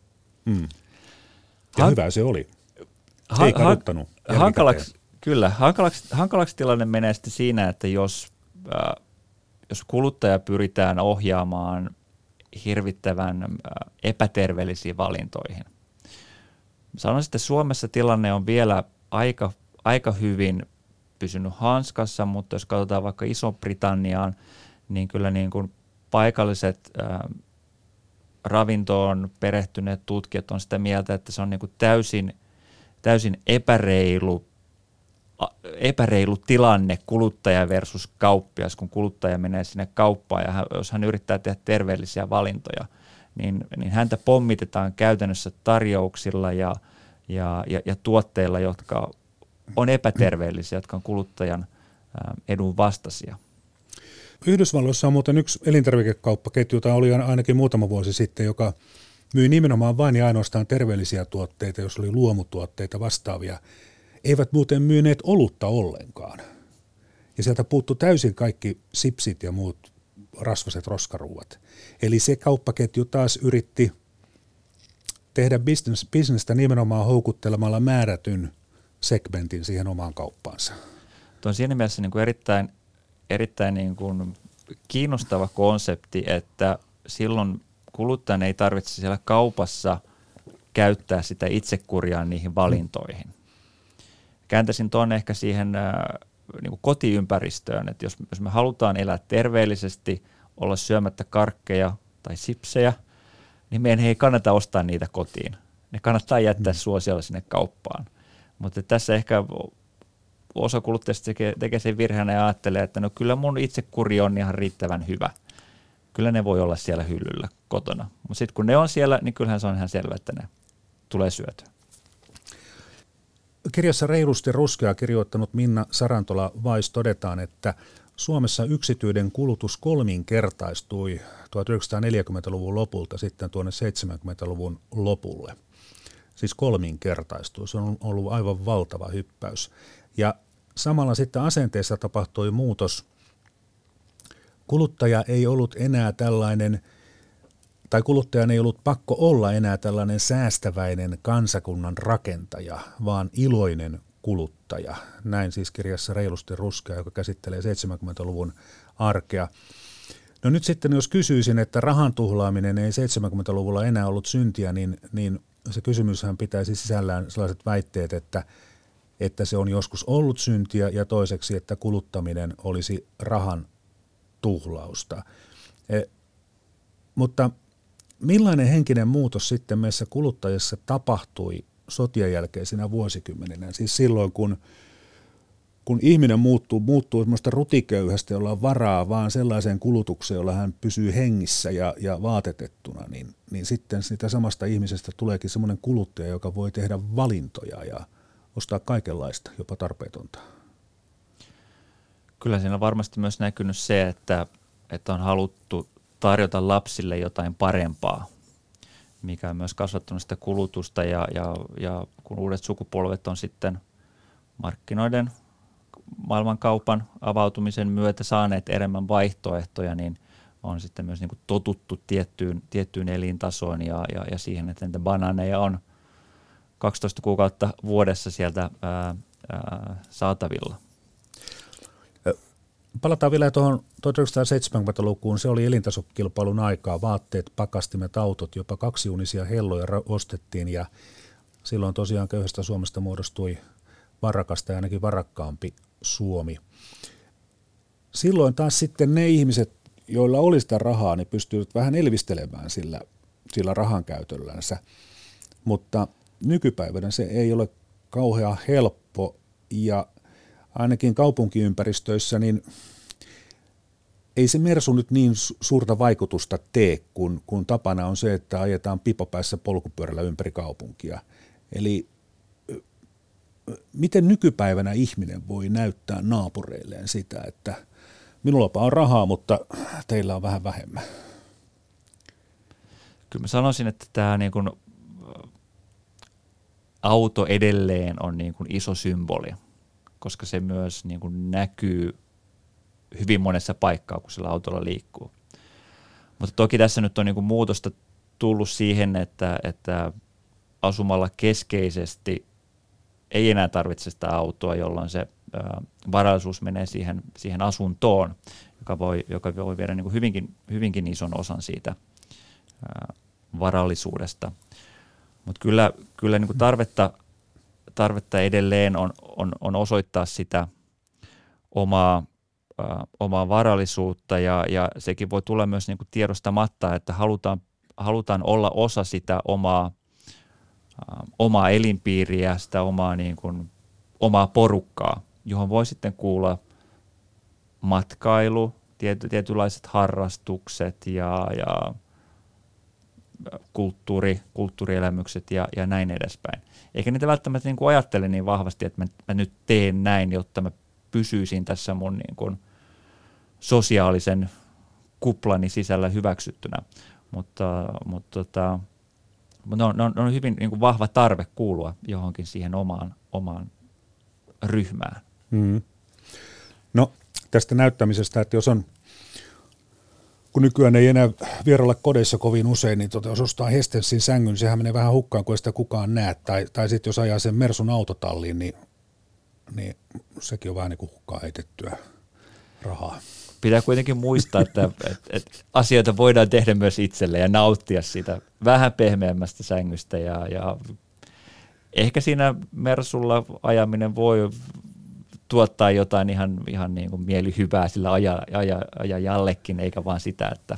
Ja hyvä se oli. Ei kaduttanut. Hankalaksi tilanne menee sitten siinä, että jos kuluttaja pyritään ohjaamaan hirvittävän epäterveellisiin valintoihin. Sanoisin, että Suomessa tilanne on vielä aika hyvin pysynyt hanskassa, mutta jos katsotaan vaikka Iso-Britanniaan, niin kyllä niin kuin paikalliset ravintoon perehtyneet tutkijat on sitä mieltä, että se on niin kuin täysin epäreilu tilanne kuluttaja versus kauppias, kun kuluttaja menee sinne kauppaan ja jos hän yrittää tehdä terveellisiä valintoja, niin häntä pommitetaan käytännössä tarjouksilla ja tuotteilla, jotka on epäterveellisiä, jotka on kuluttajan edun vastaisia. Yhdysvalloissa on muuten yksi elintarvikekauppaketju, jota oli ainakin muutama vuosi sitten, joka myi nimenomaan vain ja ainoastaan terveellisiä tuotteita, jos oli luomutuotteita vastaavia. Eivät muuten myyneet olutta ollenkaan. Ja sieltä puuttui täysin kaikki sipsit ja muut rasvaset roskaruuat. Eli se kauppaketju taas yritti tehdä bisnestä nimenomaan houkuttelemalla määrätyn segmentin siihen omaan kauppaansa. Tuo on siinä mielessä niin kuin erittäin niin kuin kiinnostava konsepti, että silloin kuluttajan ei tarvitse siellä kaupassa käyttää sitä itsekuriaan niihin valintoihin. Kääntäisin tuon ehkä siihen niin kuin kotiympäristöön, että jos me halutaan elää terveellisesti, olla syömättä karkkeja tai sipsejä, niin meidän ei kannata ostaa niitä kotiin. Ne kannattaa jättää suosiolla sinne kauppaan. Mutta tässä ehkä osa kuluttajista tekee sen virheen ja ajattelee, että no kyllä mun itsekuri on ihan riittävän hyvä. Kyllä ne voi olla siellä hyllyllä kotona. Mutta sitten kun ne on siellä, niin kyllähän se on ihan selvä, että ne tulee syötyä. Kirjassa Reilusti ruskea kirjoittanut Minna Sarantola-Weiss todetaan, että Suomessa yksityinen kulutus kolminkertaistui 1940-luvun lopulta sitten tuonne 70-luvun lopulle. Siis kolminkertaistui. Se on ollut aivan valtava hyppäys. Ja samalla sitten asenteessa tapahtui muutos. Kuluttaja ei ollut enää tällainen, tai kuluttajan ei ollut pakko olla enää tällainen säästäväinen kansakunnan rakentaja, vaan iloinen kuluttaja. Näin siis kirjassa Reilusti ruskea, joka käsittelee 70-luvun arkea. No nyt sitten jos kysyisin, että rahan tuhlaaminen ei 70-luvulla enää ollut syntiä, niin se kysymyshän pitäisi sisällään sellaiset väitteet, että se on joskus ollut syntiä ja toiseksi, että kuluttaminen olisi rahan tuhlausta. Mutta millainen henkinen muutos sitten meissä kuluttajissa tapahtui sotien jälkeisinä vuosikymmeninä? Siis silloin, kun ihminen muuttuu semmoista rutiköyhästä, jolla on varaa vaan sellaiseen kulutukseen, jolla hän pysyy hengissä ja vaatetettuna, niin sitten sitä samasta ihmisestä tuleekin semmoinen kuluttaja, joka voi tehdä valintoja ja ostaa kaikenlaista, jopa tarpeetonta. Kyllä siinä on varmasti myös näkynyt se, että on haluttu tarjota lapsille jotain parempaa, mikä on myös kasvattanut sitä kulutusta ja kun uudet sukupolvet on sitten markkinoiden maailmankaupan avautumisen myötä saaneet enemmän vaihtoehtoja, niin on sitten myös niin kuin totuttu tiettyyn elintasoon ja siihen, että niitä banaaneja on 12 kuukautta vuodessa sieltä saatavilla. Palataan vielä tuohon 1970-lukuun. Se oli elintasokilpailun aikaa. Vaatteet, pakastimet, autot, jopa kaksiunisia helloja ostettiin ja silloin tosiaan köyhästä Suomesta muodostui varakasta ja ainakin varakkaampi Suomi. Silloin taas sitten ne ihmiset, joilla oli sitä rahaa, niin pystyivät vähän elvistelemään sillä rahan käytöllänsä, mutta nykypäivänä se ei ole kauhean helppo ja ainakin kaupunkiympäristöissä niin ei se Mersu nyt niin suurta vaikutusta tee, kun tapana on se, että ajetaan pipopäässä polkupyörällä ympäri kaupunkia. Eli miten nykypäivänä ihminen voi näyttää naapureilleen sitä, että minulapa on rahaa, mutta teillä on vähän vähemmän? Kyllä mä sanoisin, että tämä niin kuin auto edelleen on niin kuin iso symboli, koska se myös niin kuin näkyy hyvin monessa paikkaa, kun sillä autolla liikkuu. Mutta toki tässä nyt on niin kuin muutosta tullut siihen, että asumalla keskeisesti ei enää tarvitse sitä autoa, jolloin se varallisuus menee siihen asuntoon, joka voi viedä niin kuin hyvinkin ison osan siitä varallisuudesta. Mutta kyllä niin kuin tarvetta edelleen on osoittaa sitä omaa varallisuutta ja sekin voi tulla myös niin kuin tiedostamatta, että halutaan olla osa sitä omaa elinpiiriä, sitä omaa porukkaa, johon voi sitten kuulla matkailu, tietynlaiset harrastukset ja kulttuurielämykset ja näin edespäin. Eikä niitä välttämättä niin kuin ajattele niin vahvasti, että mä nyt teen näin, jotta mä pysyisin tässä mun niin kuin sosiaalisen kuplani sisällä hyväksyttynä. Mutta ne on hyvin niin kuin vahva tarve kuulua johonkin siihen omaan ryhmään. Mm. No tästä näyttämisestä, että jos on, kun nykyään ei enää vierailla kodeissa kovin usein, niin jos ostaa Hestensin sängyn, sehän menee vähän hukkaan, kun ei sitä kukaan näe. Tai sitten jos ajaa sen Mersun autotalliin, niin sekin on vähän niin kuin hukkaan heitettyä rahaa. Pitää kuitenkin muistaa, että asioita voidaan tehdä myös itselle ja nauttia siitä vähän pehmeämmästä sängystä. Ja ehkä siinä Mersulla ajaminen voi tuottaa jotain ihan niin kuin mielihyvää sillä ajajallekin, eikä vaan sitä, että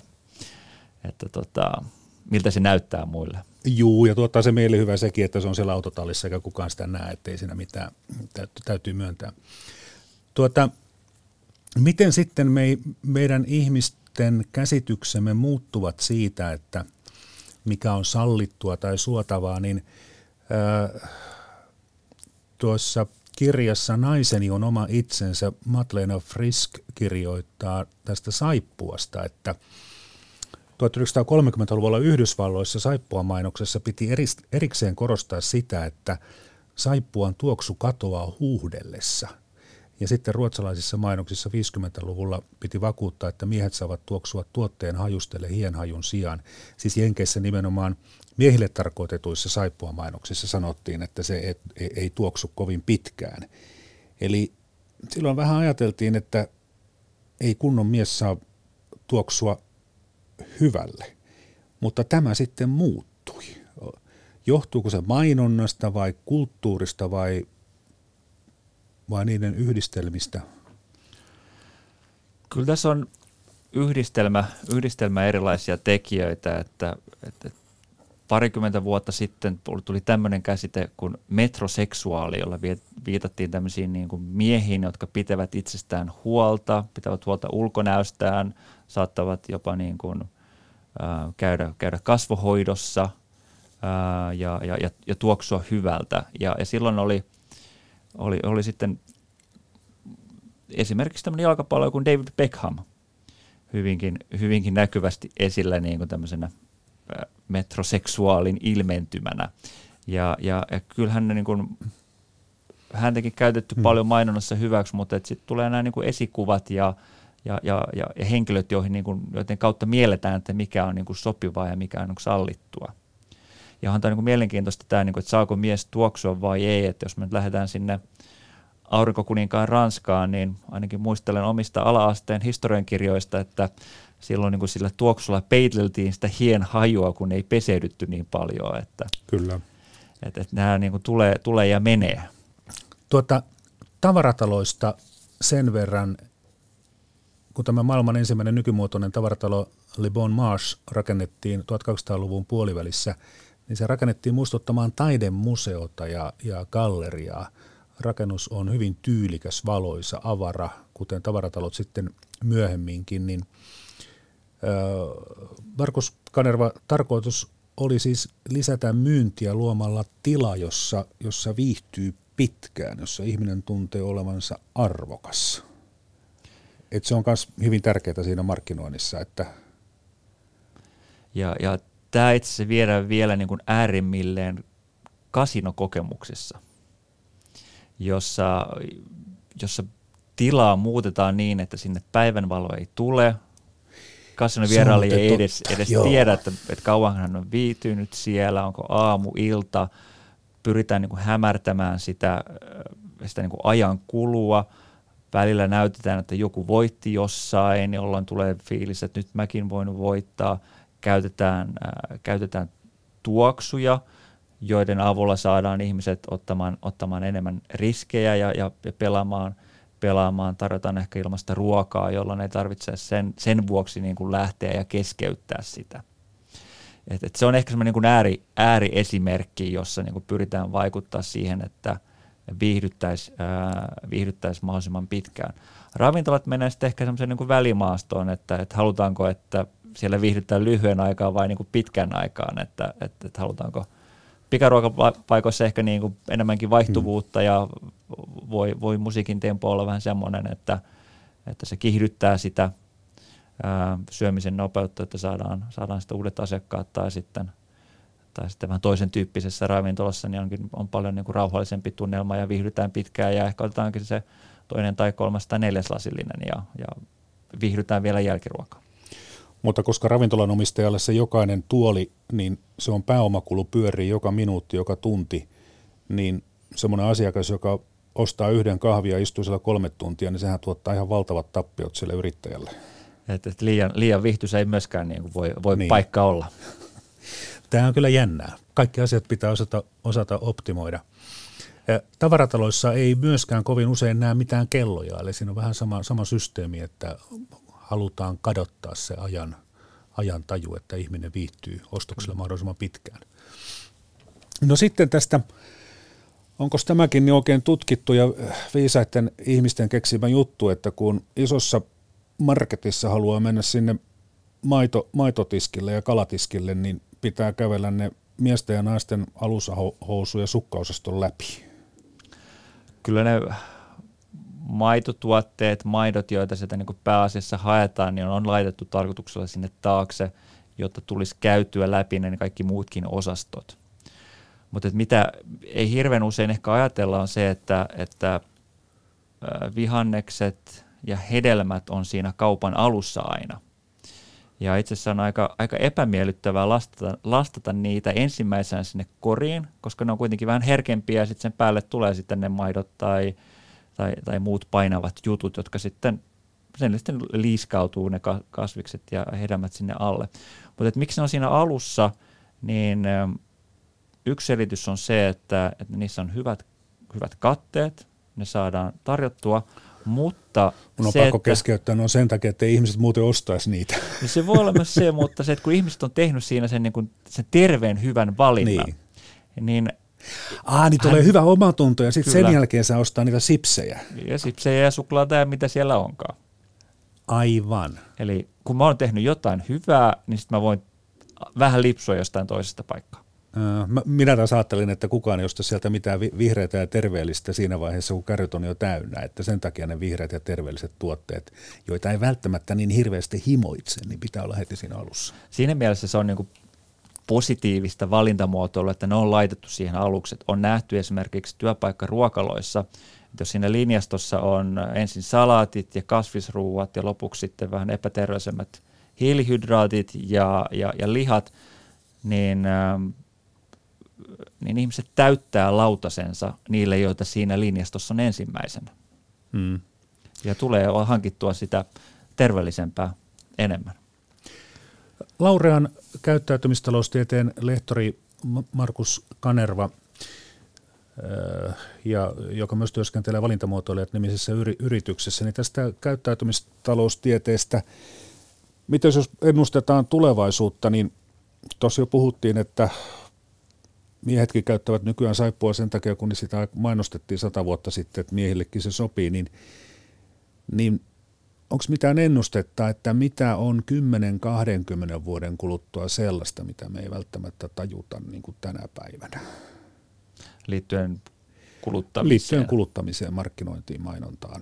miltä se näyttää muille. Juu, ja tuottaa se mielihyvää sekin, että se on siellä autotallissa eikä kukaan sitä näe, ettei siinä mitään täytyy myöntää. Miten sitten meidän ihmisten käsityksemme muuttuvat siitä, että mikä on sallittua tai suotavaa, niin tuossa kirjassa Naiseni on oma itsensä Madeleine Frisk kirjoittaa tästä saippuasta, että 1930-luvulla Yhdysvalloissa saippuamainoksessa piti erikseen korostaa sitä, että saippuan tuoksu katoaa huuhdellessa. Ja sitten ruotsalaisissa mainoksissa 50-luvulla piti vakuuttaa, että miehet saavat tuoksua tuotteen hajustelle hienhajun sijaan. Siis Jenkeissä nimenomaan miehille tarkoitetuissa saippuamainoksissa sanottiin, että se ei tuoksu kovin pitkään. Eli silloin vähän ajateltiin, että ei kunnon mies saa tuoksua hyvälle, mutta tämä sitten muuttui. Johtuuko se mainonnasta vai kulttuurista vai niiden yhdistelmistä? Kyllä tässä on yhdistelmä erilaisia tekijöitä, että parikymmentä vuotta sitten tuli tämmöinen käsite kuin metroseksuaali, jolla viitattiin tämmöisiin niin kuin miehiin, jotka pitävät itsestään huolta, pitävät huolta ulkonäöstään, saattavat jopa niin kuin, käydä kasvohoidossa ja tuoksua hyvältä. Ja silloin oli sitten esimerkiksi tämmöinen jalkapallo kuin David Beckham hyvinkin näkyvästi esillä niin kuin tämmöisenä metroseksuaalin ilmentymänä. Ja kyllähän niin kuin, häntäkin käytetty paljon mainonnassa hyväksi, mutta sitten tulee nämä niin kuin esikuvat ja henkilöt, joiden kautta mielletään, että mikä on niin kuin sopivaa ja mikä on niin kuin sallittua. Ja on tämä niin kuin mielenkiintoista tämä, niin kuin, että saako mies tuoksua vai ei, että jos me nyt lähdetään sinne Aurinkokuninkaan Ranskaan, niin ainakin muistelen omista ala-asteen historiankirjoista, että silloin niin kuin sillä tuoksulla peiteltiin sitä hienhajua, kun ei peseydytty niin paljon. Että, kyllä. Että nämä niin kuin tulee ja menee. Tavarataloista sen verran, kun tämä maailman ensimmäinen nykymuotoinen tavaratalo Le Bon Marché rakennettiin 1200-luvun puolivälissä, niin se rakennettiin muistuttamaan taidemuseota ja galleriaa. Rakennus on hyvin tyylikäs, valoisa, avara, kuten tavaratalot sitten myöhemminkin. Niin, Markus Kanerva, tarkoitus oli siis lisätä myyntiä luomalla tila, jossa viihtyy pitkään, jossa ihminen tuntee olevansa arvokas. Et se on myös hyvin tärkeää siinä markkinoinnissa. Että ja tämä itse asiassa viedään vielä niin kuin äärimmilleen kasinokokemuksessa, jossa tilaa muutetaan niin, että sinne päivänvalo ei tule. Kasinovierailija ei edes tiedä, että kauan hän on viihtynyt siellä, onko aamu, ilta. Pyritään niin kuin hämärtämään sitä niin kuin ajan kulua. Välillä näytetään, että joku voitti jossain, jolloin tulee fiilis, että nyt mäkin voin voittaa. Käytetään tuoksuja, joiden avulla saadaan ihmiset ottamaan enemmän riskejä ja pelaamaan, tarjotaan ehkä ilmasta ruokaa, jolloin ei tarvitse sen vuoksi niin kuin lähteä ja keskeyttää sitä. Et se on ehkä semmoinen niin kuin ääriesimerkki, jossa niin kuin pyritään vaikuttaa siihen, että viihdyttäisiin mahdollisimman pitkään. Ravintolat menee sitten ehkä semmoiseen niin kuin välimaastoon, että halutaanko, että siellä viihdytään lyhyen aikaa vai niin kuin pitkän aikaan, että halutaanko pikaruokapaikoissa ehkä niin kuin enemmänkin vaihtuvuutta ja voi musiikin tempo olla vähän semmoinen, että se kiihdyttää sitä syömisen nopeutta, että saadaan sitten uudet asiakkaat tai sitten vähän toisen tyyppisessä ravintolassa niin on paljon niin kuin rauhallisempi tunnelma ja viihdytään pitkään ja ehkä otetaankin se toinen tai kolmas tai neljäs lasillinen ja viihdytään vielä jälkiruokaa. Mutta koska ravintolan omistajalle se jokainen tuoli, niin se on pääomakulu pyörii joka minuutti, joka tunti, niin semmoinen asiakas, joka ostaa yhden kahvia ja istuu siellä 3 tuntia, niin sehän tuottaa ihan valtavat tappiot sille yrittäjälle. Että liian viihtysä ei myöskään niin voi niin paikka olla. Tämä on kyllä jännää. Kaikki asiat pitää osata optimoida. Tavarataloissa ei myöskään kovin usein näe mitään kelloja, eli siinä on vähän sama systeemi, että halutaan kadottaa se ajan taju, että ihminen viihtyy ostoksella mahdollisimman pitkään. No sitten tästä, onko tämäkin niin oikein tutkittu ja viisaiden ihmisten keksimä juttu, että kun isossa marketissa haluaa mennä sinne maitotiskille ja kalatiskille, niin pitää kävellä ne miesten ja naisten alusahousu- ja sukkaosaston läpi. Kyllä ne maitotuotteet, maidot, joita sieltä niin kuin pääasiassa haetaan, niin on laitettu tarkoituksella sinne taakse, jotta tulisi käytyä läpi ne kaikki muutkin osastot. Mutta mitä ei hirveän usein ehkä ajatella on se, että vihannekset ja hedelmät on siinä kaupan alussa aina. Ja itse asiassa on aika epämiellyttävää lastata niitä ensimmäisenä sinne koriin, koska ne on kuitenkin vähän herkempiä ja sitten sen päälle tulee sitten ne maidot tai muut painavat jutut, jotka sitten liiskautuu ne kasvikset ja hedelmät sinne alle. Mutta miksi ne on siinä alussa, niin yksi selitys on se, että niissä on hyvät katteet, ne saadaan tarjottua, mutta mun on pakko keskeyttää, no sen takia, että ihmiset muuten ostaisi niitä. Niin se voi olla myös se, mutta se, että kun ihmiset on tehnyt siinä sen terveen hyvän valinnan, niin tulee hyvä omatunto ja sitten sen jälkeen saa ostaa niitä sipsejä. Ja sipsejä ja suklaata ja mitä siellä onkaan. Aivan. Eli kun mä oon tehnyt jotain hyvää, niin sitten mä voin vähän lipsua jostain toisesta paikkaa. Minä taas ajattelin, että kukaan ei osta sieltä mitään vihreätä ja terveellistä siinä vaiheessa, kun kärryt on jo täynnä. Että sen takia ne vihreät ja terveelliset tuotteet, joita ei välttämättä niin hirveästi himoitse, niin pitää olla heti siinä alussa. Siinä mielessä se on niin kuin positiivista valintamuotoilua, että ne on laitettu siihen alukset. On nähty esimerkiksi työpaikkaruokaloissa, että jos siinä linjastossa on ensin salaatit ja kasvisruuat ja lopuksi sitten vähän epäterveellisemmät hiilihydraatit ja lihat, niin ihmiset täyttää lautasensa niille, joita siinä linjastossa on ensimmäisenä. Ja tulee hankittua sitä terveellisempää enemmän. Laurean käyttäytymistaloustieteen lehtori Markus Kanerva, joka myös työskentelee valintamuotoilijat nimisessä yrityksessä, niin tästä käyttäytymistaloustieteestä, miten jos ennustetaan tulevaisuutta, niin tuossa jo puhuttiin, että miehetkin käyttävät nykyään saippua sen takia, kun sitä mainostettiin 100 vuotta sitten, että miehillekin se sopii, niin onko mitään ennustetta, että mitä on 10-20 vuoden kuluttua sellaista, mitä me ei välttämättä tajuta niin kuin tänä päivänä? Liittyen kuluttamiseen, markkinointiin, mainontaan.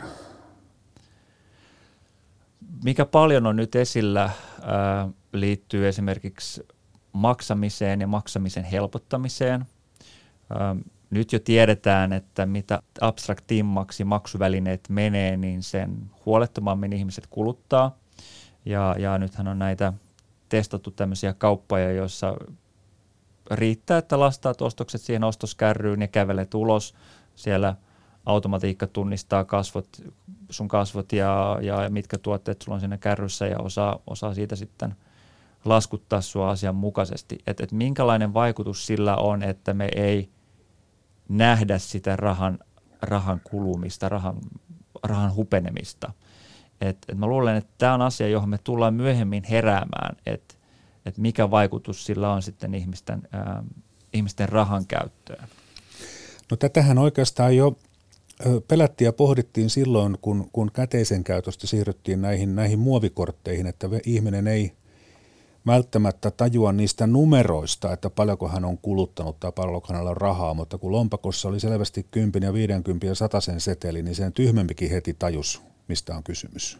Mikä paljon on nyt esillä, liittyy esimerkiksi maksamiseen ja maksamisen helpottamiseen. Nyt jo tiedetään, että mitä abstraktimmaksi maksuvälineet menee, niin sen huolettomammin ihmiset kuluttaa. Ja nythän on näitä testattu tämmöisiä kauppoja, joissa riittää, että lastaat ostokset siihen ostoskärryyn ja kävelet ulos. Siellä automatiikka tunnistaa sun kasvot ja mitkä tuotteet sulla on siinä kärryssä ja osaa siitä sitten laskuttaa sua asianmukaisesti. Että minkälainen vaikutus sillä on, että me ei nähdä sitä rahan kulumista, rahan hupenemista. Mä luulen, että tämä on asia, johon me tullaan myöhemmin heräämään, että mikä vaikutus sillä on sitten ihmisten rahan käyttöön. No tätähän oikeastaan jo pelättiin ja pohdittiin silloin, kun käteisen käytöstä siirryttiin näihin muovikortteihin, että ihminen ei välttämättä tajua niistä numeroista, että paljonko hän on kuluttanut tai paljonko hänellä on rahaa, mutta kun lompakossa oli selvästi 10 ja 50 ja 100 seteli, niin sen tyhmempikin heti tajus, mistä on kysymys.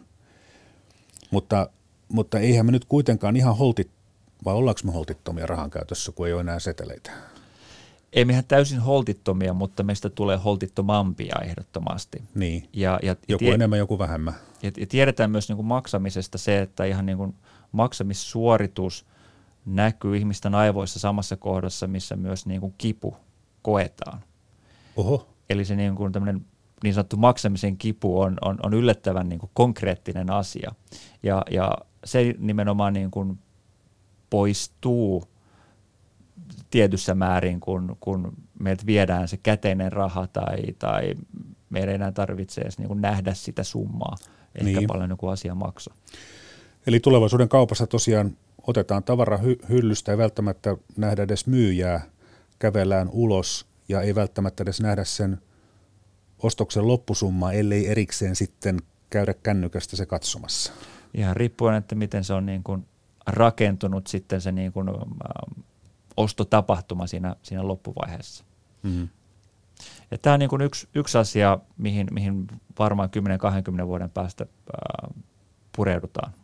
Mutta eihän me nyt kuitenkaan ihan vai ollaanko me holtittomia rahan käytössä, kun ei ole enää seteleitä? Ei mehän täysin holtittomia, mutta meistä tulee holtittomampia ehdottomasti. Niin, joku enemmän, joku vähemmän. Ja tiedetään myös niin kuin maksamisesta se, että ihan niin kuin maksamissuoritus näkyy ihmisten aivoissa samassa kohdassa, missä myös niin kuin kipu koetaan. Oho. Eli se niin kuin tämmöinen niin sanottu maksamisen kipu on yllättävän niin kuin konkreettinen asia. Ja se nimenomaan niin kuin poistuu tietyssä määrin, kun meiltä viedään se käteinen raha tai meidän ei enää tarvitse edes niin kuin nähdä sitä summaa, ehkä paljon joku asia maksaa. Eli tulevaisuuden kaupassa tosiaan otetaan tavara hyllystä, ei välttämättä nähdä edes myyjää, kävellään ulos ja ei välttämättä edes nähdä sen ostoksen loppusummaa, ellei erikseen sitten käydä kännykästä se katsomassa. Ihan riippuen, että miten se on niin kuin rakentunut sitten se niin kuin ostotapahtuma siinä loppuvaiheessa. Mm-hmm. Ja tämä on niin kuin yksi asia, mihin varmaan 10-20 vuoden päästä pureudutaan.